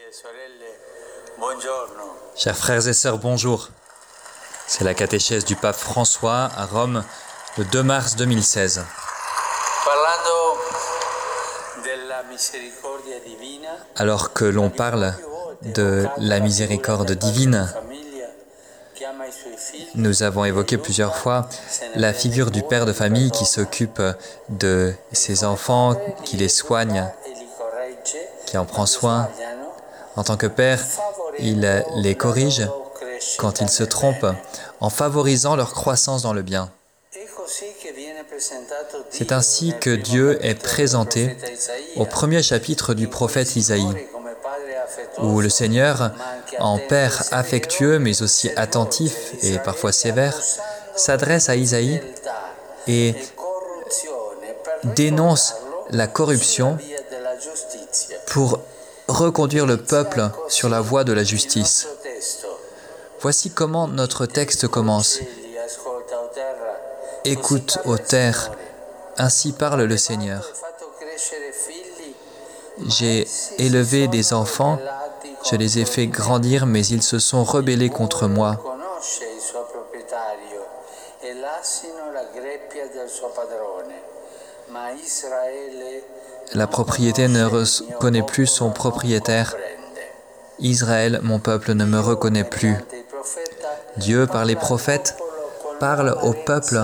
Chers frères et sœurs, bonjour. C'est la catéchèse du pape François à Rome le 2 mars 2016. Alors que l'on parle de la miséricorde divine, nous avons évoqué plusieurs fois la figure du père de famille qui s'occupe de ses enfants, qui les soigne, qui en prend soin. En tant que père, il les corrige quand ils se trompent en favorisant leur croissance dans le bien. C'est ainsi que Dieu est présenté au premier chapitre du prophète Isaïe, où le Seigneur, en père affectueux mais aussi attentif et parfois sévère, s'adresse à Isaïe et dénonce la corruption pour reconduire le peuple sur la voie de la justice. Voici comment notre texte commence. Écoute, ô terre, ainsi parle le Seigneur. J'ai élevé des enfants, je les ai fait grandir, mais ils se sont rebellés contre moi. La propriété ne reconnaît plus son propriétaire. Israël, mon peuple, ne me reconnaît plus. Dieu, par les prophètes, parle au peuple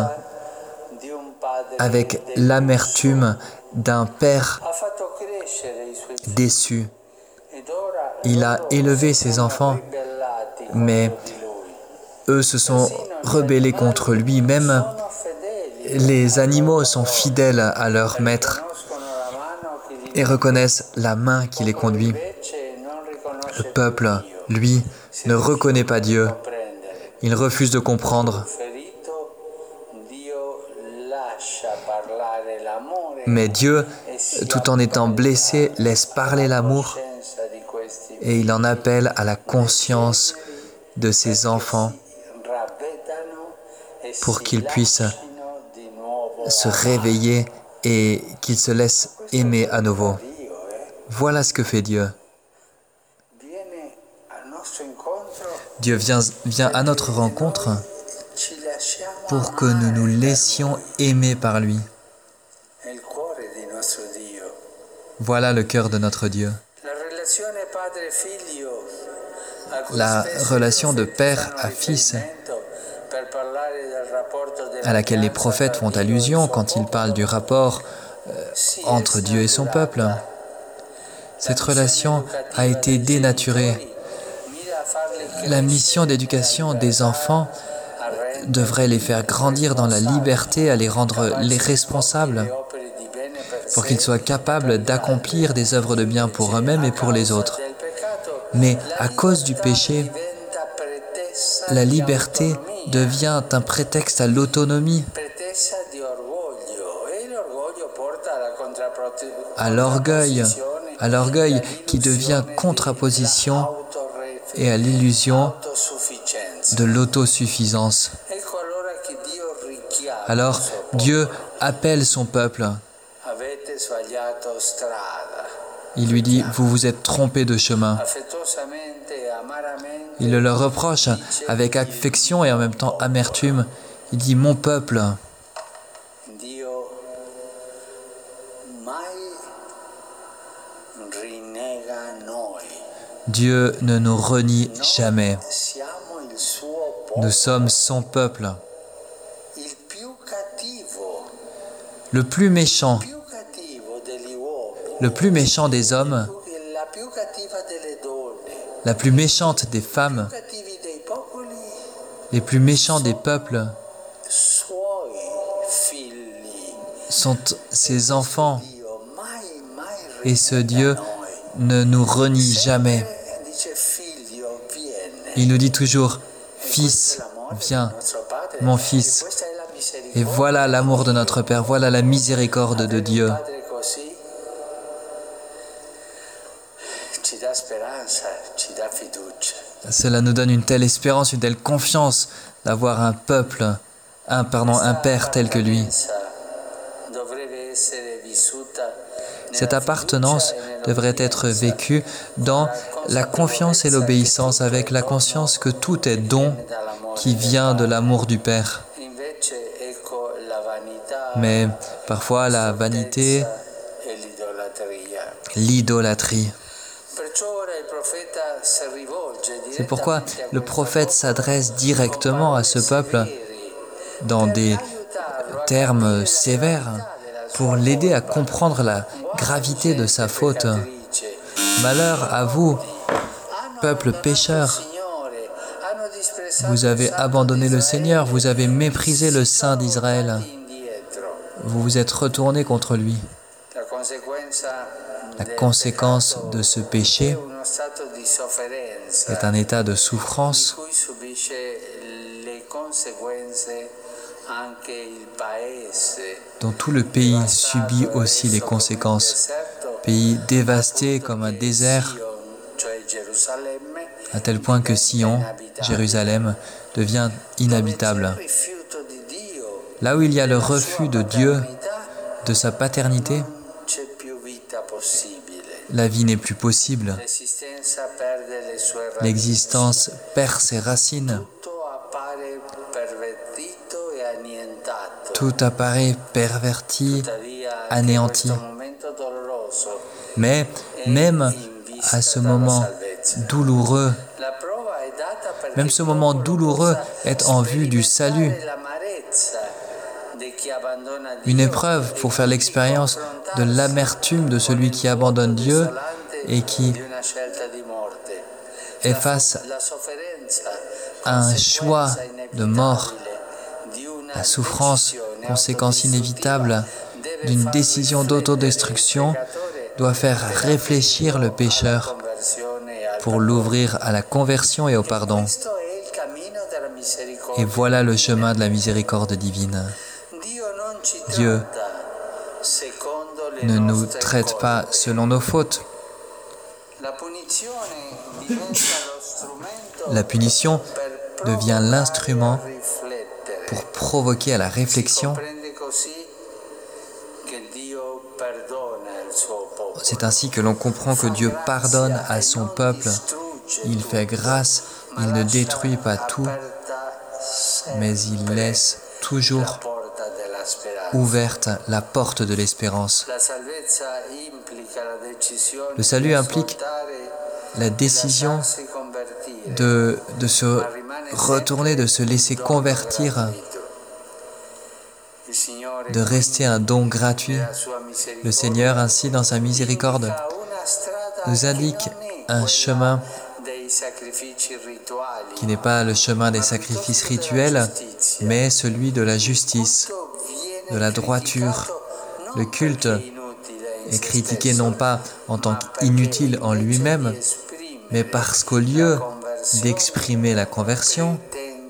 avec l'amertume d'un père déçu. Il a élevé ses enfants, mais eux se sont rebellés contre lui. Même les animaux sont fidèles à leur maître et reconnaissent la main qui les conduit. Le peuple, lui, ne reconnaît pas Dieu. Il refuse de comprendre. Mais Dieu, tout en étant blessé, laisse parler l'amour et il en appelle à la conscience de ses enfants pour qu'ils puissent se réveiller et qu'ils se laissent aimer à nouveau. Voilà ce que fait Dieu. Dieu vient à notre rencontre pour que nous nous laissions aimer par lui. Voilà le cœur de notre Dieu. La relation de père à fils, à laquelle les prophètes font allusion quand ils parlent du rapport entre Dieu et son peuple. Cette relation a été dénaturée. La mission d'éducation des enfants devrait les faire grandir dans la liberté, à les rendre les responsables, pour qu'ils soient capables d'accomplir des œuvres de bien pour eux-mêmes et pour les autres. Mais à cause du péché, la liberté devient un prétexte à l'autonomie, à l'orgueil qui devient contraposition et à l'illusion de l'autosuffisance. Alors Dieu appelle son peuple. Il lui dit, vous vous êtes trompés de chemin. Il le leur reproche avec affection et en même temps amertume. Il dit, mon peuple. Dieu ne nous renie jamais. Nous sommes son peuple. Le plus méchant des hommes, la plus méchante des femmes, les plus méchants des peuples sont ses enfants. Et ce Dieu ne nous renie jamais. Il nous dit toujours, fils, viens, mon fils. Et voilà l'amour de notre Père, voilà la miséricorde de Dieu. Cela nous donne une telle espérance, une telle confiance d'avoir un peuple, un père tel que lui. Cette appartenance devrait être vécue dans la confiance et l'obéissance, avec la conscience que tout est don qui vient de l'amour du Père. Mais parfois la vanité, l'idolâtrie. C'est pourquoi le prophète s'adresse directement à ce peuple dans des termes sévères pour l'aider à comprendre la gravité de sa faute. Malheur à vous, peuple pécheur. Vous avez abandonné le Seigneur, vous avez méprisé le Saint d'Israël. Vous vous êtes retourné contre lui. La conséquence de ce péché est un état de souffrance dont tout le pays subit aussi les conséquences. Pays dévasté comme un désert, à tel point que Sion, Jérusalem, devient inhabitable. Là où il y a le refus de Dieu, de sa paternité, la vie n'est plus possible. L'existence perd ses racines. Tout apparaît perverti, anéanti. Mais même à ce moment douloureux, même ce moment douloureux est en vue du salut. Une épreuve pour faire l'expérience de l'amertume de celui qui abandonne Dieu et qui est face à un choix de mort. La souffrance, conséquence inévitable d'une décision d'autodestruction, doit faire réfléchir le pécheur pour l'ouvrir à la conversion et au pardon. Et voilà le chemin de la miséricorde divine. Dieu ne nous traite pas selon nos fautes. La punition devient l'instrument pour provoquer à la réflexion. C'est ainsi que l'on comprend que Dieu pardonne à son peuple. Il fait grâce, il ne détruit pas tout, mais il laisse toujours ouverte la porte de l'espérance. Le salut implique la décision de se retourner, de se laisser convertir, de rester un don gratuit. Le Seigneur, ainsi, dans sa miséricorde, nous indique un chemin qui n'est pas le chemin des sacrifices rituels, mais celui de la justice, de la droiture. Le culte est critiqué non pas en tant qu'inutile en lui-même, mais parce qu'au lieu d'exprimer la conversion,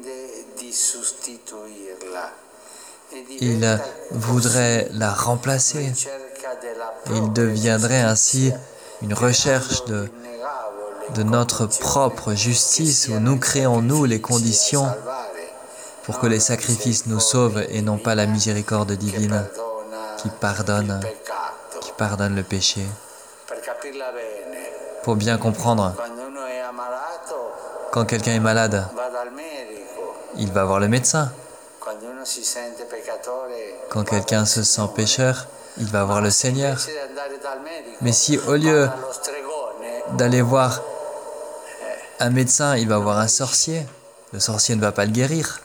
il voudrait la remplacer. Il deviendrait ainsi une recherche de notre propre justice, où nous créons, nous, les conditions pour que les sacrifices nous sauvent et non pas la miséricorde divine qui pardonne le péché. Pour bien comprendre, quand quelqu'un est malade, il va voir le médecin. Quand quelqu'un se sent pécheur, il va voir le Seigneur. Mais si au lieu d'aller voir un médecin, il va voir un sorcier, le sorcier ne va pas le guérir.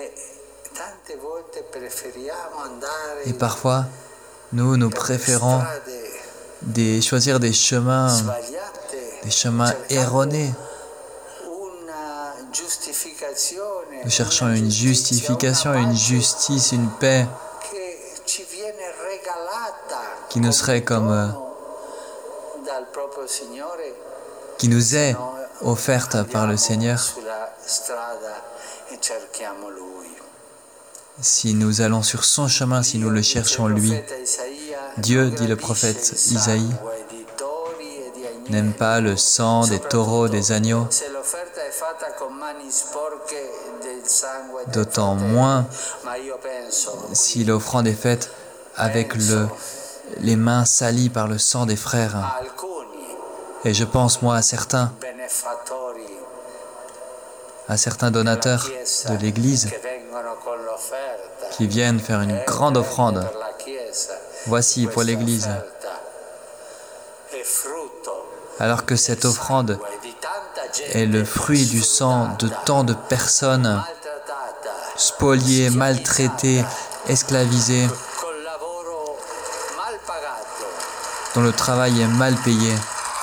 Et parfois, nous préférons choisir des chemins erronés. Nous cherchons une justification, une justice, une paix qui nous serait qui nous est offerte par le Seigneur si nous allons sur son chemin, si nous le cherchons lui. Dieu, dit le prophète Isaïe, n'aime pas le sang des taureaux, des agneaux, d'autant moins si l'offrande est faite avec les mains salies par le sang des frères. Et je pense, moi, à certains donateurs de l'Église qui viennent faire une grande offrande. Voici pour l'Église. Alors que cette offrande est le fruit du sang de tant de personnes spoliées, maltraitées, esclavisées, dont le travail est mal payé.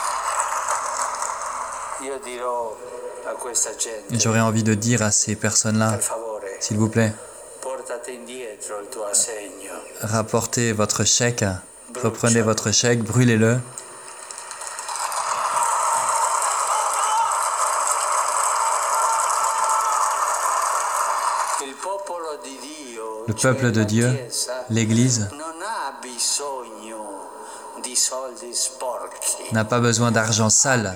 J'aurais envie de dire à ces personnes-là, s'il vous plaît, rapportez votre chèque, reprenez votre chèque, brûlez-le. Le peuple de Dieu, l'Église, n'a pas besoin d'argent sale.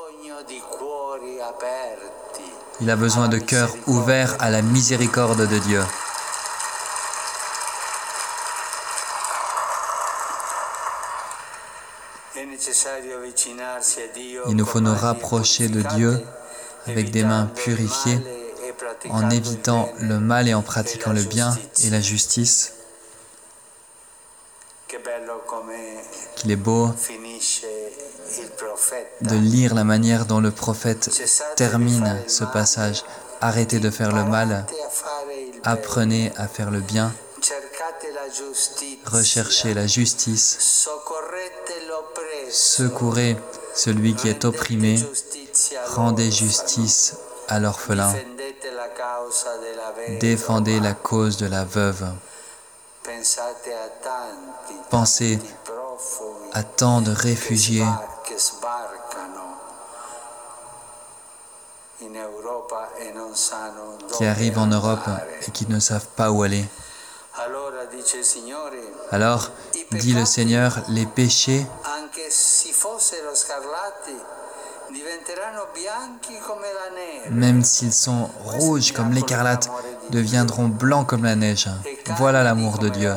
Il a besoin de cœurs ouverts à la miséricorde de Dieu. Il nous faut nous rapprocher de Dieu avec des mains purifiées, en évitant le mal et en pratiquant le bien et la justice. Qu'il est beau de lire la manière dont le prophète termine ce passage. Arrêtez de faire le mal, apprenez à faire le bien, recherchez la justice, secourez celui qui est opprimé, rendez justice à l'orphelin, défendez la cause de la veuve. Pensez à tant de réfugiés qui arrivent en Europe et qui ne savent pas où aller. Alors, dit le Seigneur, les péchés, même s'ils sont rouges comme l'écarlate, deviendront blancs comme la neige. Voilà l'amour de Dieu.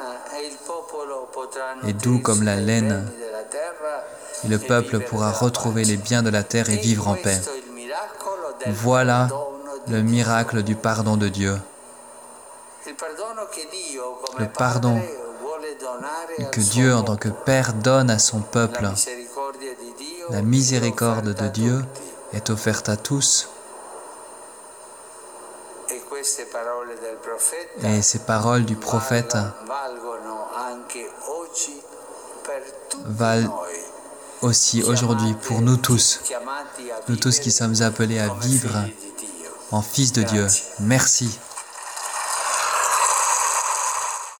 Et doux comme la laine, et le peuple pourra retrouver les biens de la terre et vivre en paix. Voilà le miracle du pardon de Dieu. Le pardon que Dieu, en tant que Père, donne à son peuple. La miséricorde de Dieu est offerte à tous. Et ces paroles du prophète valent aussi aujourd'hui pour nous tous qui sommes appelés à vivre en fils de Dieu. Merci.